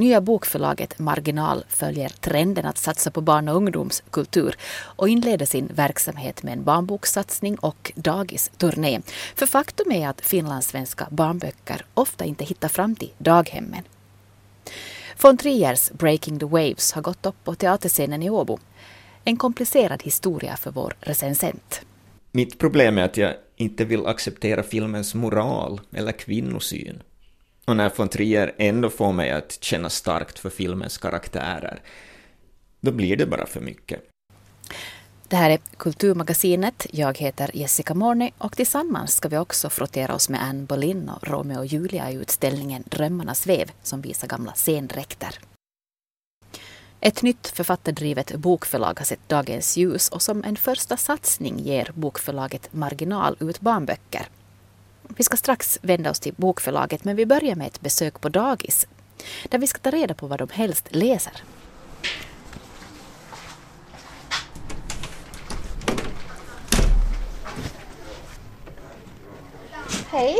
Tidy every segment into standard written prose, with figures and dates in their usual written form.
Nya bokförlaget Marginal följer trenden att satsa på barn- och ungdomskultur och inleder sin verksamhet med en barnbokssatsning och dagisturné. För faktum är att finlandssvenska barnböcker ofta inte hittar fram till daghemmen. Von Triers Breaking the Waves har gått upp på teaterscenen i Åbo. En komplicerad historia för vår recensent. Mitt problem är att jag inte vill acceptera filmens moral eller kvinnosyn. Och när von Trier ändå får mig att känna starkt för filmens karaktärer, då blir det bara för mycket. Det här är Kulturmagasinet. Jag heter Jessica Morni och tillsammans ska vi också frottera oss med Anne Boleyn och Romeo och Julia i utställningen Drömmarnas väv som visar gamla scendräkter. Ett nytt författardrivet bokförlag har sett dagens ljus och som en första satsning ger bokförlaget Marginal ut barnböcker. Vi ska strax vända oss till bokförlaget, men vi börjar med ett besök på dagis där vi ska ta reda på vad de helst läser. Hej.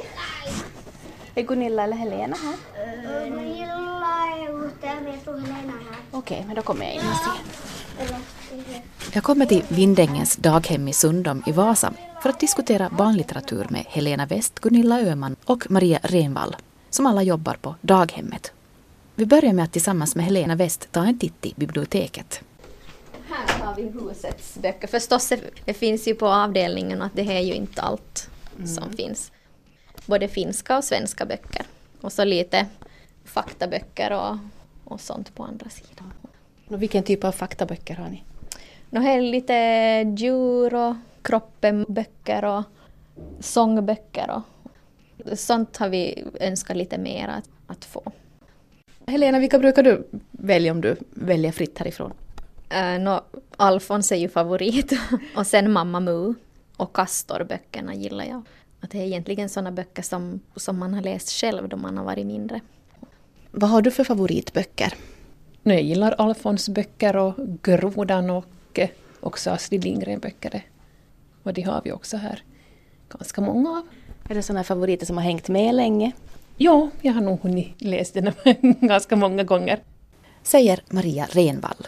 Är Gunilla eller Helena här? Gunilla är ute, men jag tror Helena är här. Okej, men då kommer jag in och ser. Jag kommer till Vindängens daghem i Sundom i Vasa för att diskutera barnlitteratur med Helena West, Gunilla Öhman och Maria Renvall som alla jobbar på daghemmet. Vi börjar med att tillsammans med Helena West ta en titt i biblioteket. Här har vi husets böcker. Förstås det finns ju på avdelningen att det är ju inte allt som finns. Både finska och svenska böcker. Och så lite faktaböcker och sånt på andra sidan. Och vilken typ av faktaböcker har ni? Det är lite djur och kroppenböcker och sångböcker. Och sånt har vi önskat lite mer att få. Helena, vilka brukar du välja om du väljer fritt härifrån? Alfons är ju favorit. Och sen Mamma Mu och Kastorböckerna gillar jag. Att det är egentligen sådana böcker som man har läst själv då man har varit mindre. Vad har du för favoritböcker? Jag gillar Alfons böcker och Grodan och också Astrid Lindgren böcker. Och det har vi också här ganska många av. Är det sådana favoriter som har hängt med länge? Ja, jag har nog hunnit läsa den ganska många gånger. Säger Maria Renvall.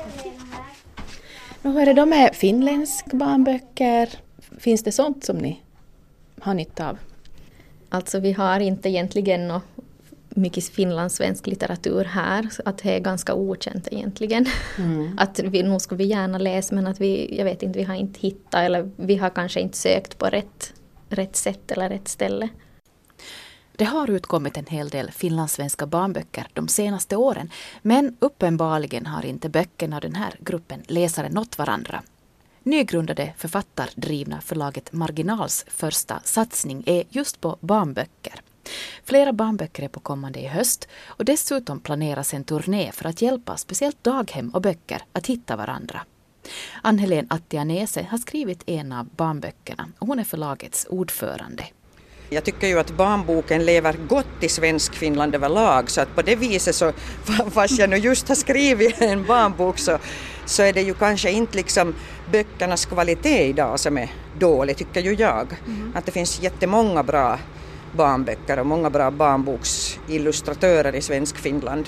Men hur är det då med finländsk barnböcker? Finns det sånt som ni har nytta av? Alltså vi har inte egentligen mycket finlandssvensk litteratur här. Så att det är ganska okänt egentligen. Att nu ska vi gärna läsa men att jag vet inte, vi har inte hittat eller vi har kanske inte sökt på rätt sätt eller rätt ställe. Det har utkommit en hel del finlandssvenska barnböcker de senaste åren, men uppenbarligen har inte böckerna och den här gruppen läsare nått varandra. Nygrundade författardrivna förlaget Marginals första satsning är just på barnböcker. Flera barnböcker är på kommande i höst och dessutom planeras en turné för att hjälpa speciellt daghem och böcker att hitta varandra. Ann-Helén Attianese har skrivit en av barnböckerna och hon är förlagets ordförande. Jag tycker ju att barnboken lever gott i svensk Finland överlag så att på det viset så fast jag nu just har skrivit en barnbok så är det ju kanske inte liksom böckernas kvalitet idag som är dålig tycker ju jag. Att det finns jättemånga bra barnböcker och många bra barnboksillustratörer i svensk Finland.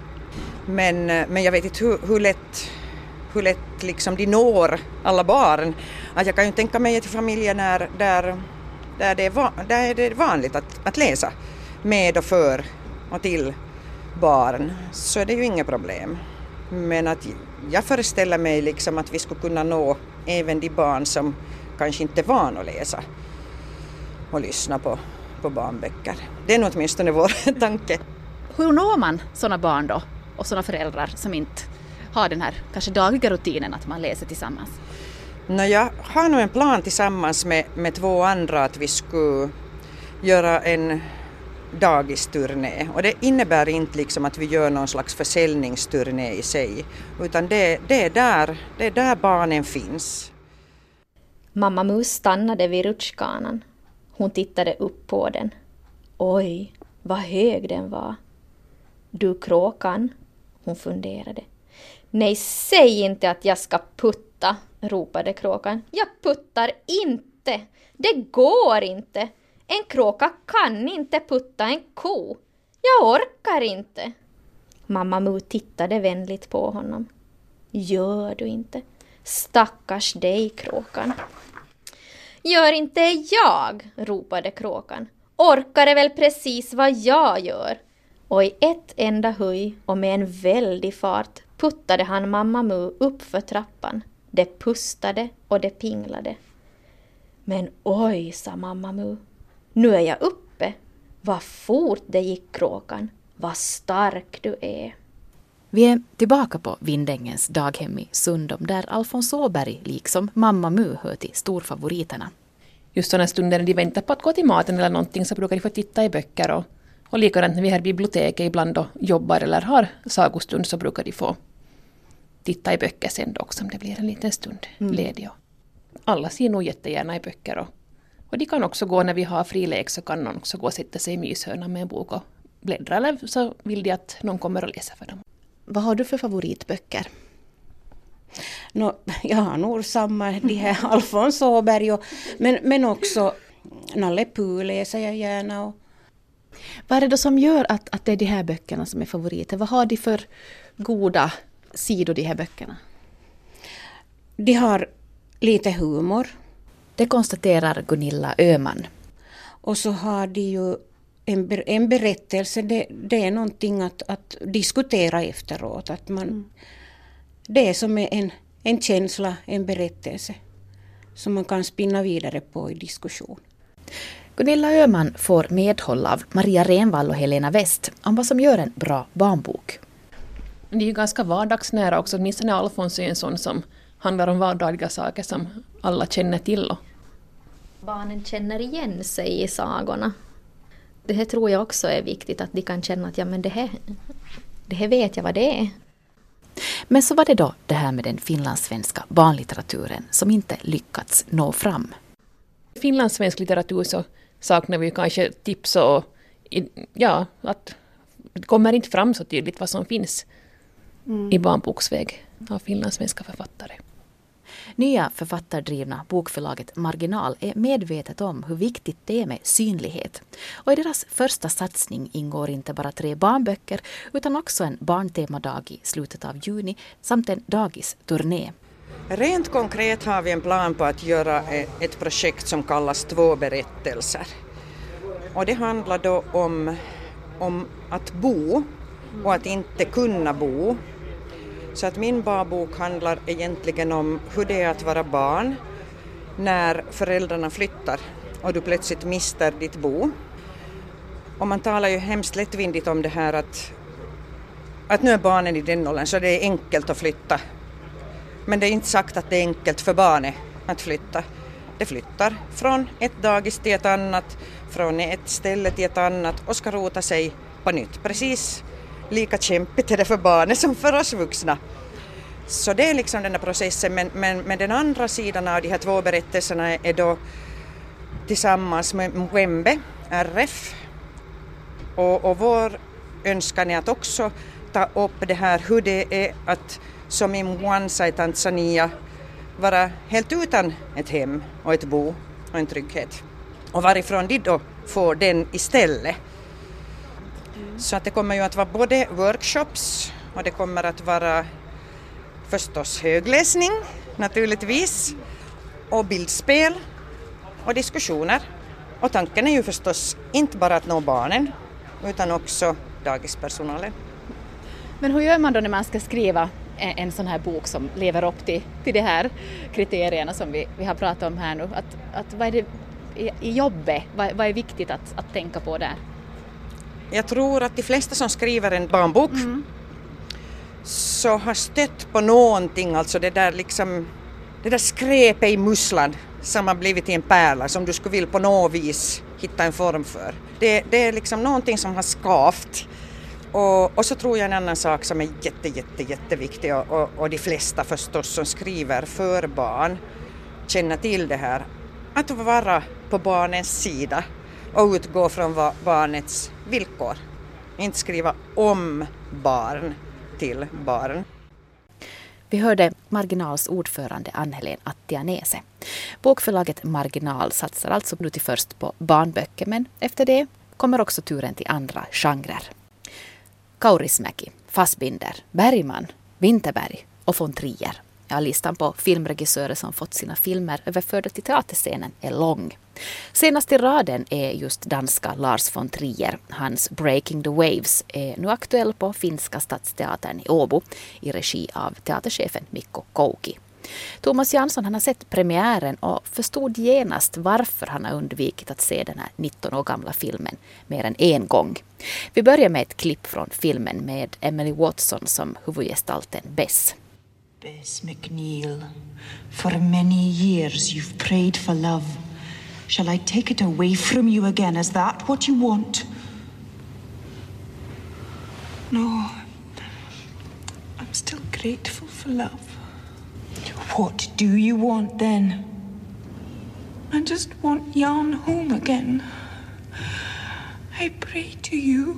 Men jag vet inte hur lätt liksom de når alla barn. Att jag kan ju tänka mig till familjer där det är vanligt att läsa med och för och till barn så är det ju inga problem. Men att jag föreställer mig liksom att vi skulle kunna nå även de barn som kanske inte är vana att läsa och lyssna på barnböcker. Det är nog åtminstone vår tanke. Hur når man sådana barn då och sådana föräldrar som inte har den här kanske dagliga rutinen att man läser tillsammans? Jag har nog en plan tillsammans med två andra att vi skulle göra en dagisturné. Och det innebär inte liksom att vi gör någon slags försäljningsturné i sig. Utan det är där barnen finns. Mamma Mus stannade vid rutschkanan. Hon tittade upp på den. Oj, vad hög den var. Du kråkan, hon funderade. Nej, säg inte att jag ska putta, ropade kråkan. Jag puttar inte. Det går inte. En kråka kan inte putta en ko. Jag orkar inte. Mamma Mu tittade vänligt på honom. Gör du inte? Stackars dig, kråkan. Gör inte jag, ropade kråkan. Orkar det väl precis vad jag gör? Och i ett enda höj och med en väldig fart puttade han Mamma Mu upp för trappan. Det pustade och det pinglade. Men oj, sa Mamma Mu. Nu är jag uppe. Vad fort det gick, kråkan. Vad stark du är. Vi är tillbaka på Vindängens daghem i Sundom där Alfons Åberg liksom Mamma Mu hör till storfavoriterna. Just sådana stunder när de väntar på att gå till maten eller någonting så brukar de få titta i böcker. Och likadant när vi här i biblioteket ibland och jobbar eller har sagostund så brukar de få titta i böcker sen då också om det blir en liten stund ledig. Alla ser nog jättegärna i böcker. Och de kan också gå när vi har fri lek så kan någon också gå och sätta sig i myshörnan med en bok och bläddra. Eller så vill de att någon kommer och läser för dem. Vad har du för favoritböcker? Jag har nog samma, de här Alfons Åberg, men också Nalle Puh läser jag gärna. Vad är det då som gör att det är de här böckerna som är favoriter? Vad har de för goda sidor, de här böckerna? De har lite humor. Det konstaterar Gunilla Öhman. Och så har de ju en berättelse, det är någonting att diskutera efteråt. Att det är som en känsla, en berättelse som man kan spinna vidare på i diskussion. Gunilla Öhman får medhåll av Maria Renvall och Helena West om vad som gör en bra barnbok. Det är ju ganska vardagsnära också, åtminstone Alfons är en sån som handlar om vardagliga saker som alla känner till. Barnen känner igen sig i sagorna. Det här tror jag också är viktigt, att de kan känna att ja, men det här vet jag vad det är. Men så var det då det här med den finlandssvenska barnlitteraturen som inte lyckats nå fram. I finlandssvensk litteratur så saknar vi kanske tips och att det kommer inte fram så tydligt vad som finns i barnboksväg av finlandssvenska författare. Nya författardrivna bokförlaget Marginal är medvetet om hur viktigt det är med synlighet. Och i deras första satsning ingår inte bara 3 barnböcker utan också en barntemadag i slutet av juni samt en dagisturné. Rent konkret har vi en plan på att göra ett projekt som kallas 2 berättelser. Och det handlar då om att bo och att inte kunna bo. Så att min barnbok handlar egentligen om hur det är att vara barn när föräldrarna flyttar och du plötsligt mister ditt bo. Och man talar ju hemskt lättvindigt om det här att nu är barnen i den åldern så det är enkelt att flytta. Men det är inte sagt att det är enkelt för barnet att flytta. Det flyttar från ett dagis till ett annat, från ett ställe till ett annat och ska rota sig på nytt. Precis lika kämpigt är det för barnet som för oss vuxna. Så det är liksom den här processen. Men den andra sidan av de här 2 berättelserna är då tillsammans med Mwembe, RF. Och vår önskan är att också ta upp det här hur det är att som i Mwanza i Tanzania vara helt utan ett hem och ett bo och en trygghet. Och varifrån de då får den istället. Så att det kommer ju att vara både workshops och det kommer att vara förstås högläsning naturligtvis och bildspel och diskussioner. Och tanken är ju förstås inte bara att nå barnen utan också dagispersonalen. Men hur gör man då när man ska skriva en sån här bok som lever upp till de här kriterierna som vi har pratat om här nu? Att vad är det i jobbet? Vad är viktigt att tänka på där? Jag tror att de flesta som skriver en barnbok så har stött på någonting, alltså det där skräpet i musslan som har blivit i en pärla som du skulle vilja på något vis hitta en form för. Det är liksom någonting som har skavt. Och så tror jag en annan sak som är jätteviktig och de flesta förstås som skriver för barn känner till det här. Att vara på barnens sida och utgå från barnets villkor. Inte skriva om barn till barn. Vi hörde Marginals ordförande Ann-Helén Attianese. Bokförlaget Marginal satsar alltså nu till först på barnböcker men efter det kommer också turen till andra genrer. Kaurismäki, Fassbinder, Bergman, Winterberg och von Trier. Ja, listan på filmregissörer som fått sina filmer överförda till teaterscenen är lång. Senast i raden är just danska Lars von Trier. Hans Breaking the Waves är nu aktuell på Finska stadsteatern i Åbo i regi av teaterchefen Mikko Kouki. Thomas Jansson han har sett premiären och förstod genast varför han har undvikit att se den här 19 år gamla filmen mer än en gång. Vi börjar med ett klipp från filmen med Emily Watson som huvudgestalten Bess. Bess McNeil, for many years you've prayed for love. Shall I take it away from you again? Is that what you want? No, I'm still grateful for love. What do you want then? I just want Jan home again. I pray to you.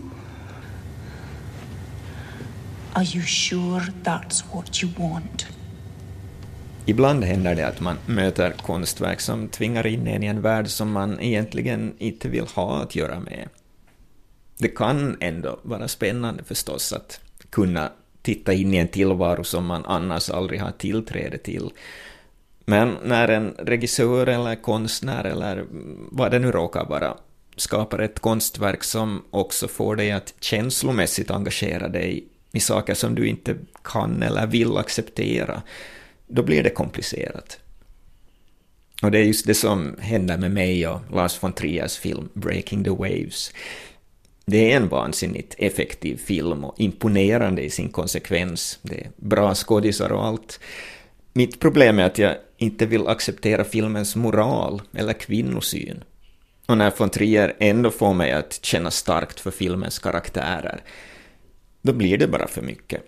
Are you sure that's what you want? Ibland händer det att man möter konstverk som tvingar in en i en värld som man egentligen inte vill ha att göra med. Det kan ändå vara spännande förstås att kunna titta in i en tillvaro som man annars aldrig har tillträde till. Men när en regissör eller konstnär eller vad det nu råkar vara skapar ett konstverk som också får dig att känslomässigt engagera dig i saker som du inte kan eller vill acceptera, då blir det komplicerat. Och det är just det som händer med mig och Lars von Triers film Breaking the Waves. Det är en vansinnigt effektiv film och imponerande i sin konsekvens. Det är bra skådisar och allt. Mitt problem är att jag inte vill acceptera filmens moral eller kvinnosyn. Och när von Trier ändå får mig att känna starkt för filmens karaktärer, då blir det bara för mycket.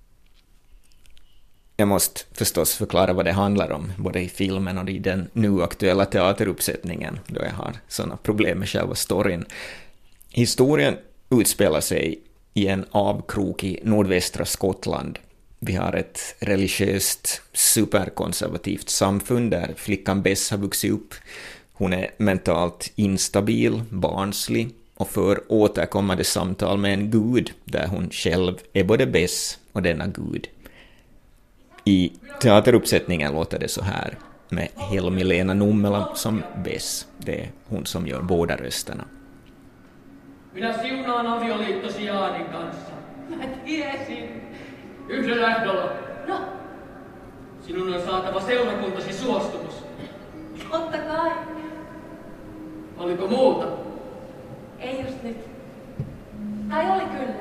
Jag måste förstås förklara vad det handlar om, både i filmen och i den nu aktuella teateruppsättningen, då jag har sådana problem med själva storyn. Historien utspelar sig i en avkrok i nordvästra Skottland. Vi har ett religiöst, superkonservativt samfund där flickan Bess har vuxit upp. Hon är mentalt instabil, barnslig och för återkommande samtal med en gud där hon själv är både Bess och denna gud. I teateruppsättningen låter det så här med Helmi-Lena Nummela som Bess. Det är hon som gör båda rösterna. Minä siunaan avioliittosi Jaanin kanssa. Mä tiesin. Yhdellä ehdolla. No? Sinun on saatava seurakuntasi suostumus. Totta kai. Oliko muuta? Ei just nyt. Tai oli kyllä.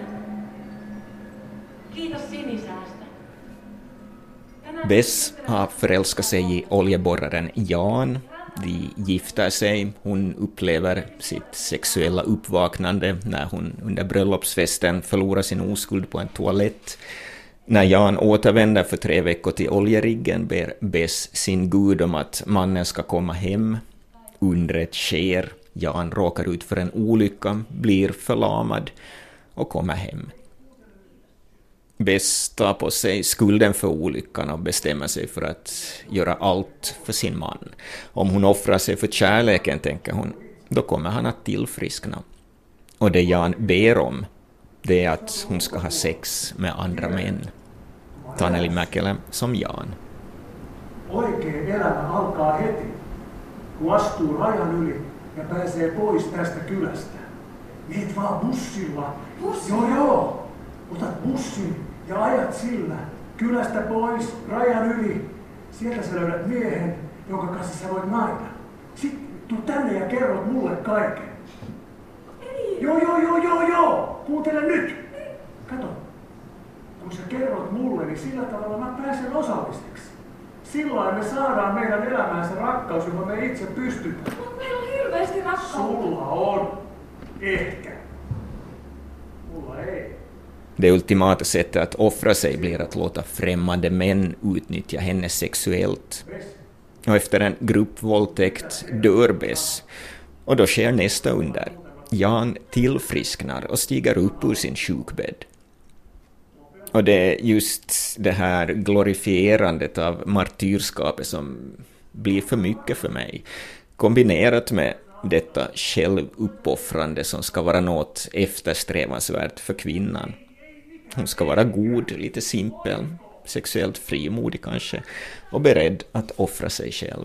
Kiitos sinisäästä. Bess har förälskat sig i oljeborraren Jan. De gifter sig. Hon upplever sitt sexuella uppvaknande när hon under bröllopsfesten förlorar sin oskuld på en toalett. När Jan återvänder för 3 veckor till oljeriggen ber Bess sin gud om att mannen ska komma hem. Undret sker. Jan råkar ut för en olycka, blir förlamad och kommer hem. Bess tar på sig skulden för olyckan och bestämmer sig för att göra allt för sin man. Om hon offrar sig för kärleken, tänker hon, då kommer han att tillfriskna. Och det Jan ber om, det är att hon ska ha sex med andra män. Taneli Mäkelä som Jan. Oikea elämä alkaa heti, kun astuu rajan yli ja pääsee pois tästä kylästä. Meet vaan bussilla. Joo. Otat bussin ja ajat sillä kylästä pois, rajan yli. Sieltä sä löydät miehen, jonka kanssa sä voit naida. Sitten tuu tänne ja kerrot mulle kaiken. Joo. Kuuntele nyt. Kato. Kun sä kerrot mulle, niin sillä tavalla mä pääsen osalliseksi. Silloin me saadaan meidän elämään se rakkaus, johon me itse pystytään. Mutta meillä on hirveästi rakkautta. Sulla on. Ehkä. Mulla ei. Det ultimata sättet att offra sig blir att låta främmande män utnyttja henne sexuellt. Och efter en gruppvåldtäkt dör Bess. Och då sker nästa under. Jan tillfrisknar och stiger upp ur sin sjukbädd. Och det är just det här glorifierandet av martyrskapet som blir för mycket för mig. Kombinerat med detta självuppoffrande som ska vara något eftersträvansvärt för kvinnan. Hon ska vara god, lite simpel, sexuellt frimodig kanske, och beredd att offra sig själv.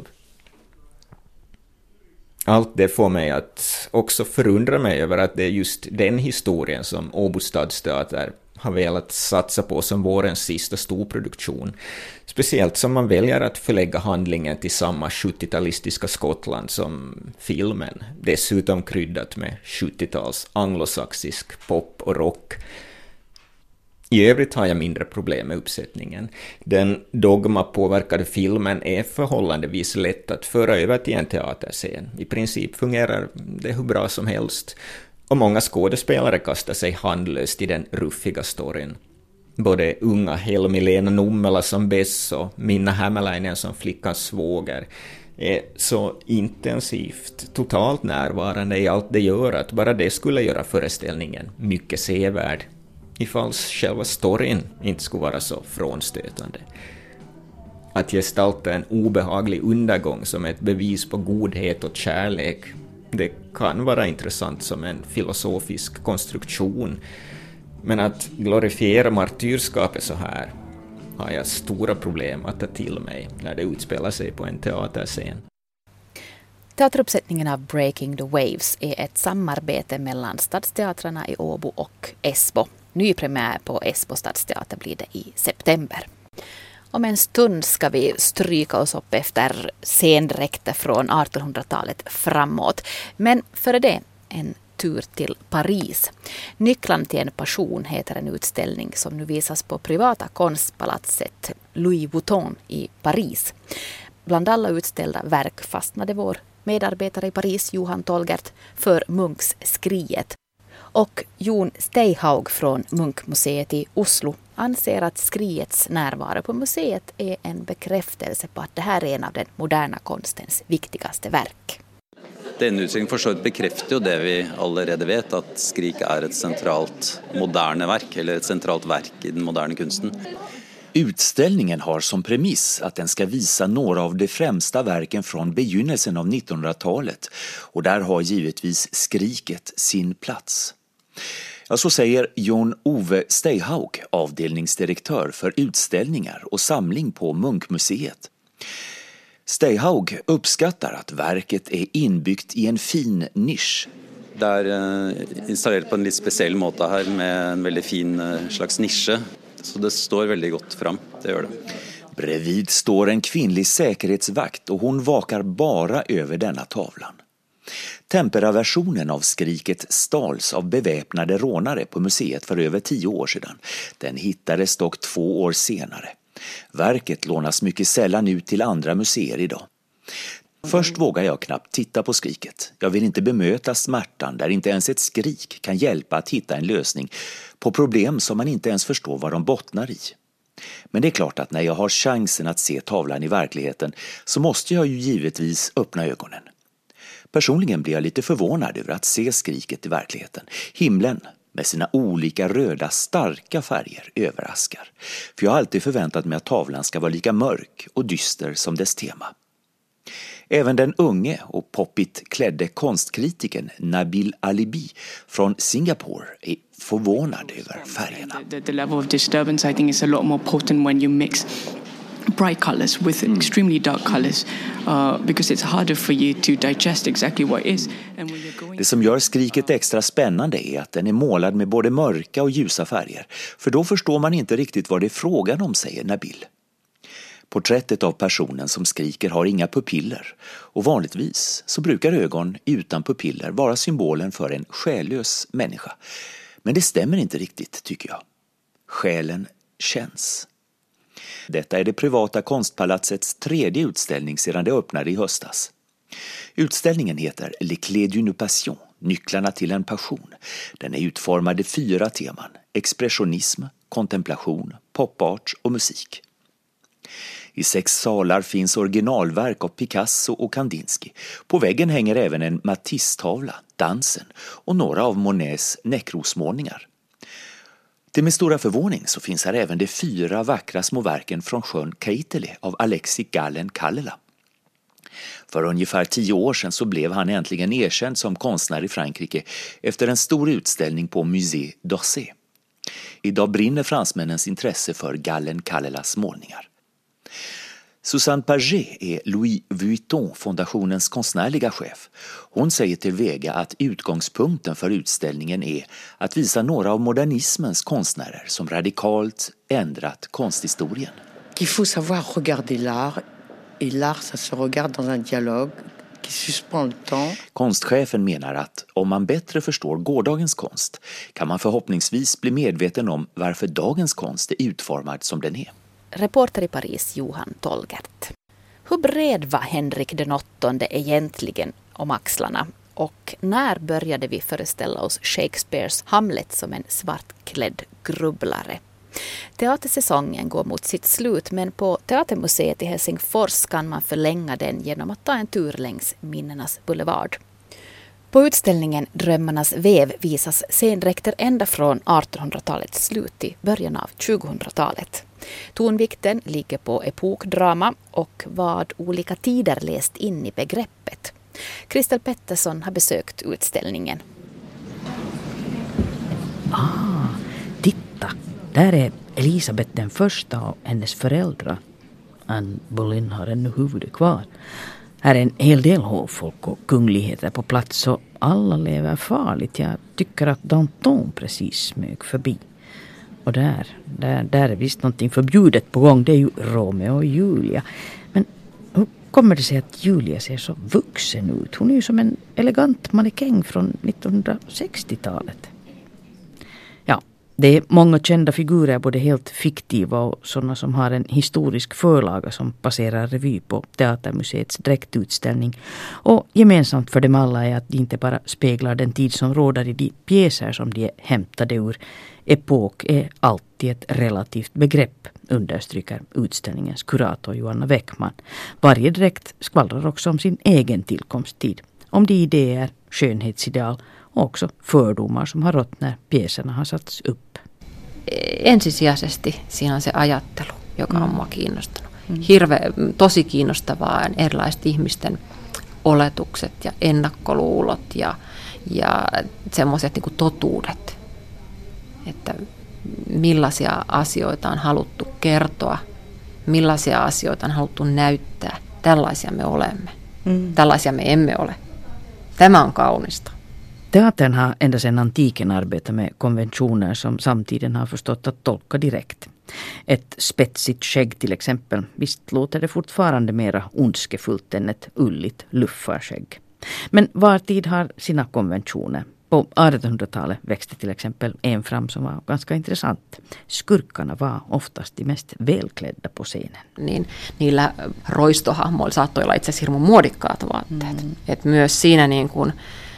Allt det får mig att också förundra mig över att det är just den historien som Åbo stadsteater har velat satsa på som vårens sista storproduktion. Speciellt som man väljer att förlägga handlingen till samma 70-talistiska Skottland som filmen. Dessutom kryddat med 70-tals anglosaxisk pop och rock. I övrigt har jag mindre problem med uppsättningen. Den dogma-påverkade filmen är förhållandevis lätt att föra över till en teaterscen. I princip fungerar det hur bra som helst. Och många skådespelare kastar sig handlöst i den ruffiga storyn. Både unga Helmi-Lena Nummela som Bess och Minna Hämäläinen som flickans svåger är så intensivt, totalt närvarande i allt det gör att bara det skulle göra föreställningen mycket sevärd. Ifall själva storyn inte skulle vara så frånstötande. Att gestalta en obehaglig undergång som ett bevis på godhet och kärlek, det kan vara intressant som en filosofisk konstruktion. Men att glorifiera martyrskapet så här har jag stora problem att ta till mig när det utspelar sig på en teaterscen. Teateruppsättningen av Breaking the Waves är ett samarbete mellan stadsteatrarna i Åbo och Esbo. Ny premiär på Esbo stadsteater blir det i september. Om en stund ska vi stryka oss upp efter scendräkter från 1800-talet framåt. Men före det en tur till Paris. Nycklarna till en passion heter en utställning som nu visas på privata konstpalatset Louis Vuitton i Paris. Bland alla utställda verk fastnade vår medarbetare i Paris, Johan Tolgert, för Munks Skriet. Och Jon Steihaug från Munkmuseet i Oslo anser att Skriets närvaro på museet är en bekräftelse på att det här är en av den moderna konstens viktigaste verk. Denne utstillingen for så vidt bekrefter jo det vi allerede vet, at Skrik er et sentralt moderne verk, eller et sentralt verk i den moderne kunsten. Utställningen har som premiss att den ska visa några av de främsta verken från begynnelsen av 1900-talet, och där har givetvis Skriket sin plats. Ja, så säger Jon Ove Steihaug, avdelningsdirektör för utställningar och samling på Munkmuseet. Steihaug uppskattar att verket är inbyggt i en fin nisch. Det är installerat på en lite speciell måte här med en väldigt fin slags nische. Så det står väldigt gott fram, det gör det. Bredvid står en kvinnlig säkerhetsvakt och hon vakar bara över denna tavlan. Temperaversionen av Skriket stals av beväpnade rånare på museet för över 10 år sedan. Den hittades dock 2 år senare. Verket lånas mycket sällan ut till andra museer idag. Först vågar jag knappt titta på Skriket. Jag vill inte bemöta smärtan där inte ens ett skrik kan hjälpa att hitta en lösning på problem som man inte ens förstår vad de bottnar i. Men det är klart att när jag har chansen att se tavlan i verkligheten så måste jag ju givetvis öppna ögonen. Personligen blir jag lite förvånad över att se Skriket i verkligheten. Himlen med sina olika röda starka färger överraskar. För jag har alltid förväntat mig att tavlan ska vara lika mörk och dyster som dess tema. Även den unge och poppigt klädde konstkritiken Nabil Alibi från Singapore är förvånad över färgerna. The level of disturbance I think is a lot more potent when you mix bright colors with extremely dark colors because it's harder for you to digest exactly what it is. Det som gör Skriket extra spännande är att den är målad med både mörka och ljusa färger. För då förstår man inte riktigt vad det är frågan om, säger Nabil. Porträttet av personen som skriker har inga pupiller och vanligtvis så brukar ögon utan pupiller vara symbolen för en själlös människa. Men det stämmer inte riktigt, tycker jag. Själen känns. Detta är det privata konstpalatsets 3:e utställning sedan det öppnade i höstas. Utställningen heter Les Clés d'une Passion, nycklarna till en passion. Den är utformad i 4 teman: expressionism, kontemplation, popart och musik. I 6 salar finns originalverk av Picasso och Kandinsky. På väggen hänger även en Matisse-tavla, Dansen, och några av Monets Näckrosmålningar. Till min stora förvåning så finns här även de 4 vackra små verken från sjön Kaiteli av Alexis Gallen Kallela. För ungefär 10 år sedan så blev han äntligen erkänd som konstnär i Frankrike efter en stor utställning på Musée d'Orsay. Idag brinner fransmännens intresse för Gallen Kallelas målningar. Susanne Paget är Louis Vuitton-fondationens konstnärliga chef. Hon säger till Vega att utgångspunkten för utställningen är att visa några av modernismens konstnärer som radikalt ändrat konsthistorien. Il faut savoir regarder l'art, et l'art ça se regarde dans un dialogue qui suspend le temps. Konstchefen menar att om man bättre förstår gårdagens konst kan man förhoppningsvis bli medveten om varför dagens konst är utformad som den är. Reporter i Paris, Johan Tolgert. Hur bred var Henrik den åttonde egentligen om axlarna? Och när började vi föreställa oss Shakespeares Hamlet som en svartklädd grubblare? Teatersäsongen går mot sitt slut, men på Teatermuseet i Helsingfors kan man förlänga den genom att ta en tur längs minnenas boulevard. På utställningen Drömmarnas väv visas scendräkter ända från 1800-talets slut till början av 2000-talet. Tonvikten ligger på epokdrama och vad olika tider läst in i begreppet. Kristel Pettersson har besökt utställningen. Titta, där är Elisabeth den första och hennes föräldrar. Anne Boleyn har ännu huvudet kvar. Här är en hel del hovfolk och kungligheter på plats och alla lever farligt. Jag tycker att Danton precis smög förbi. Och där är visst någonting förbjudet på gång. Det är ju Romeo och Julia. Men hur kommer det sig att Julia ser så vuxen ut? Hon är ju som en elegant mannekäng från 1960-talet. Ja, det är många kända figurer, både helt fiktiva och sådana som har en historisk förlaga som passerar revy på Teatermuseets dräktutställning. Och gemensamt för dem alla är att de inte bara speglar den tid som råder i de pjäser som de är hämtade ur. Epok är alltid ett relativt begrepp, understryker utställningens kurator Joanna Weckman. Varje dräkt skvallrar också om sin egen tillkomsttid, om de idéer, skönhetsideal och också fördomar som har rått när pjäserna har satts upp. Ensisijaisesti siinä on se ajattelu, joka on mua kiinnostanut. Tosi kiinnostavaa on erilaiset ihmisten oletukset ja ennakkoluulot ja semmoiset niin kuin totuudet. Että millaisia asioita on haluttu kertoa, millaisia asioita on haluttu näyttää. Tällaisia me olemme. Tällaisia me emme ole. Tämä on kaunista. Teatern har ända sedan antiken arbetat med konventioner som samtiden har förstått att tolka direkt. Ett spetsigt skägg till exempel, visst låter det fortfarande mera ondskefullt än ett ulligt luffarskägg. Men var tid har sina konventioner. På 1800-talet växte till exempel en fram som var ganska intressant. Skurkarna var oftast de mest välklädda på scenen. Niin, niillä roistohahmoilla saattoi olla itse asiassa hirmu muodikkaat vaatteet. Et myös siinä niin kuin,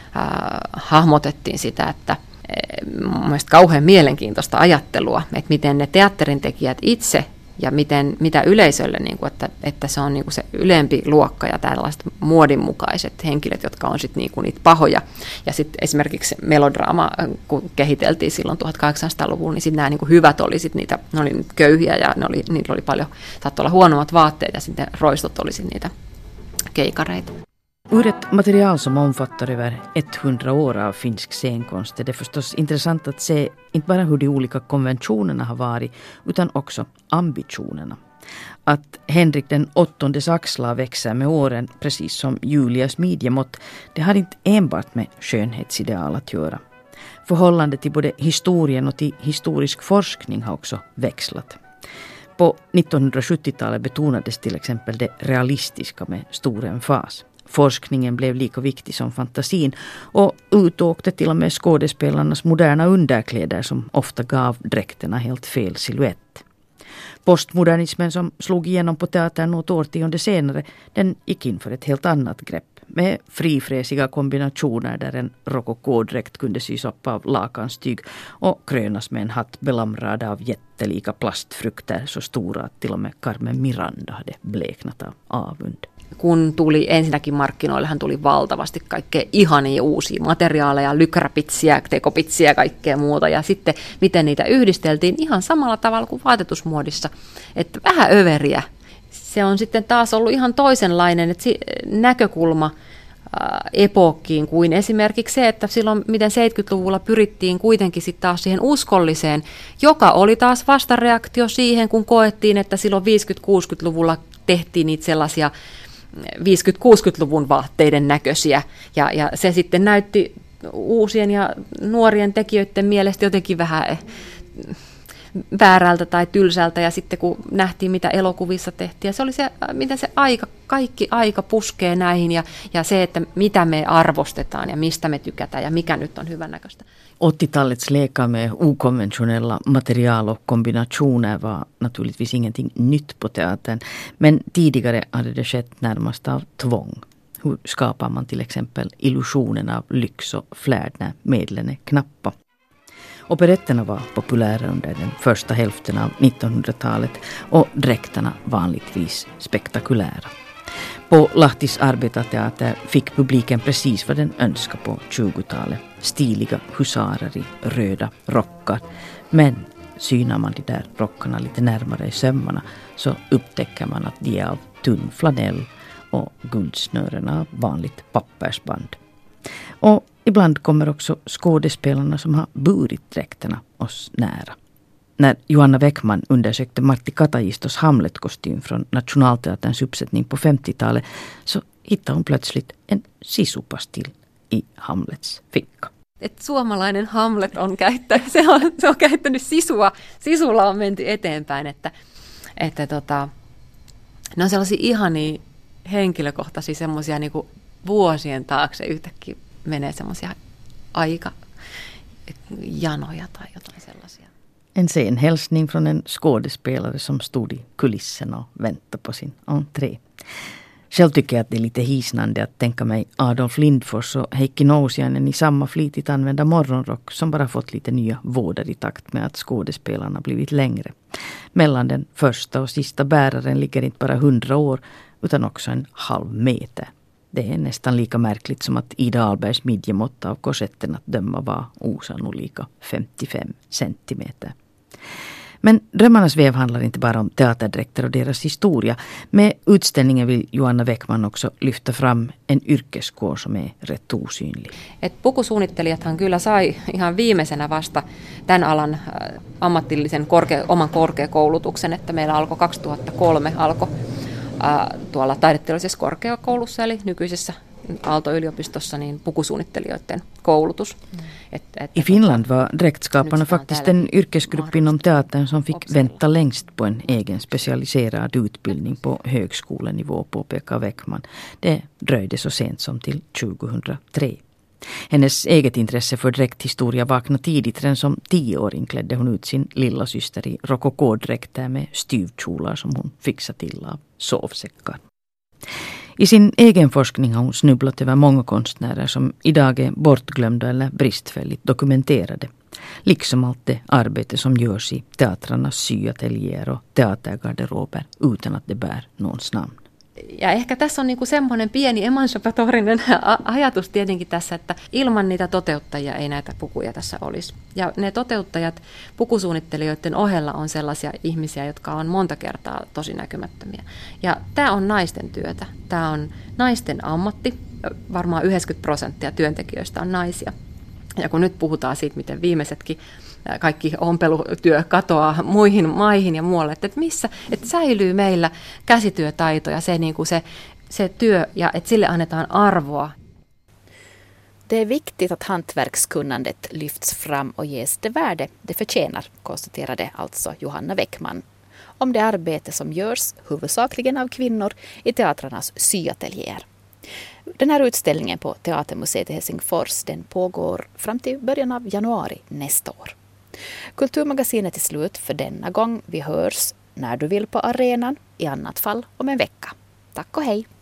hahmotettiin sitä, että mielestäni kauhean mielenkiintoista ajattelua, että miten ne teatterin tekijät itse ja mitä yleisölle, niin kuin, että se on niin kuin se ylempi luokka ja tällaiset muodinmukaiset henkilöt, jotka on sitten niin kuin niitä pahoja. Ja sitten esimerkiksi melodraama, kun kehiteltiin silloin 1800-luvulla, niin sitten nämä niin kuin hyvät oli sitten niitä, ne oli köyhiä ja niillä oli paljon, saattoi olla huonommat vaatteet ja sitten roistot oli sitten niitä keikareita. Ur ett material som omfattar över 100 år av finsk scenkonst är det förstås intressant att se inte bara hur de olika konventionerna har varit utan också ambitionerna. Att Henrik den åttondes axlar växer med åren precis som Julias midjemått, det har inte enbart med skönhetsideal att göra. Förhållandet till både historien och till historisk forskning har också växlat. På 1970-talet betonades till exempel det realistiska med stor emfas. Forskningen blev lika viktig som fantasin och utåkte till och med skådespelarnas moderna underkläder som ofta gav dräkterna helt fel silhuett. Postmodernismen som slog igenom på teatern något årtionde senare, den gick in för ett helt annat grepp med frifräsiga kombinationer där en rokokådräkt kunde sys upp av lakanstyg och krönas med en hatt belamrad av jättelika plastfrukter så stora att till och med Carmen Miranda hade bleknat av avund. Kun tuli ensinnäkin markkinoille, hän tuli valtavasti kaikkea ihania uusia materiaaleja, lykräpitsiä, tekopitsiä ja kaikkea muuta. Ja sitten miten niitä yhdisteltiin ihan samalla tavalla kuin vaatetusmuodissa. Että vähän överiä. Se on sitten taas ollut ihan toisenlainen että näkökulma epokkiin kuin esimerkiksi se, että silloin miten 70-luvulla pyrittiin kuitenkin sitten taas siihen uskolliseen, joka oli taas vastareaktio siihen, kun koettiin, että silloin 50-60-luvulla tehtiin niitä sellaisia 50-60-luvun vaatteiden näköisiä, ja se sitten näytti uusien ja nuorien tekijöiden mielestä jotenkin vähän väärältä tai tylsältä, ja sitten kun nähtiin, mitä elokuvissa tehtiin, ja se oli se, miten se kaikki aika puskee näihin, ja se, että mitä me arvostetaan, ja mistä me tykätään, ja mikä nyt on hyvännäköistä. 80-talets leka med okonventionella material och kombinationer var naturligtvis ingenting nytt på teatern, men tidigare hade det skett närmast av tvång. Hur skapar man till exempel illusionen av lyx och flärd när medlen är knappa? Operetterna var populära under den första hälften av 1900-talet och dräkterna vanligtvis spektakulära. På Lahtis arbetarteater fick publiken precis vad den önskade på 20-talet. Stiliga husarer i röda rockar. Men synar man de där rockarna lite närmare i sömmarna så upptäcker man att de är av tunn flanell och guldsnörena av vanligt pappersband. Och ibland kommer också skådespelarna som har burit dräkterna oss nära. När Johanna Weckman undersökte Martti Katajistos Hamlet-kostym från Nationalteaterns uppsättning på 50-talet så hittade hon plötsligt en sisupastill i Hamlets ficka. Et suomalainen Hamlet on käyttänyt sisua. Sisulla on menty eteenpäin, että ne on sellaisia ihania henkilökohtaisia semmoisia niinku vuosien taakse yhtäkkiä menee semmoisia aikajanoja tai jotain sellaisia. En scenhälsning från en skådespelare som stod i kulissen och väntade på sin entré. Själv tycker jag att det är lite hisnande att tänka mig Adolf Lindfors och Heikki Nousiainen i samma flitigt använda morgonrock som bara fått lite nya vårdar i takt med att skådespelarna blivit längre. Mellan den första och sista bäraren ligger inte bara 100 år utan också en halv meter. Det är nästan lika märkligt som att Ida Ahlbergs midjemått av korsetten att döma var osannolika 55 centimeter. Men Drömmarnas väv handlar inte bara om teaterdräkter och deras historia. Med utställningen vill Johanna Weckman också lyfta fram en yrkeskår som är rätt osynlig. Pukusuunnittelijathan kyllä sai ihan viimeisenä vasta tämän alan ammatillisen oman korkeakoulutuksen, että meillä alkoi 2003 tuolla taideteollisessa korkeakoulussa, eli nykyisessä Aalto-yliopistossa, niin pukusuunnittelijoiden koulutus. I Finland var dräktskaparna faktiskt den yrkesgrupp inom teatern som fick vänta längst på en egen specialiserad utbildning på högskolenivå, påpekar Weckman. Det dröjde så sent som till 2003. Hennes eget intresse för dräkthistoria vaknade tidigt. Redan som 10-åring klädde hon ut sin lilla syster i rokokodräkter med styvkjolar som hon fixade till av sovsäckar. I sin egen forskning har hon snubblat över många konstnärer som idag är bortglömda eller bristfälligt dokumenterade. Liksom allt det arbete som görs i teatrarnas syateljéer och teatergarderober utan att det bär någons namn. Ja ehkä tässä on niinku semmoinen pieni emansipatorinen ajatus tietenkin tässä, että ilman niitä toteuttajia ei näitä pukuja tässä olisi. Ja ne toteuttajat pukusuunnittelijoiden ohella on sellaisia ihmisiä, jotka on monta kertaa tosi näkymättömiä. Ja tämä on naisten työtä. Tämä on naisten ammatti. Varmaan 90% työntekijöistä on naisia. Ja kun nyt puhutaan siitä, miten viimeisetkin kaikki ompelutyö katoaa muihin maihin ja muualle, että missä, että säilyy meillä käsityötaito ja se työ ja että sille annetaan arvoa. Det är viktigt att hantverkskunnandet lyfts fram och ges det värde det förtjänar, konstaterade alltså Johanna Weckman om det arbete som görs huvudsakligen av kvinnor i teatrarnas syateljéer. Den här utställningen på Teatermuseet i Helsingfors, den pågår fram till början av januari nästa år. Kulturmagasinet är slut för denna gång. Vi hörs när du vill på arenan, i annat fall om en vecka. Tack och hej!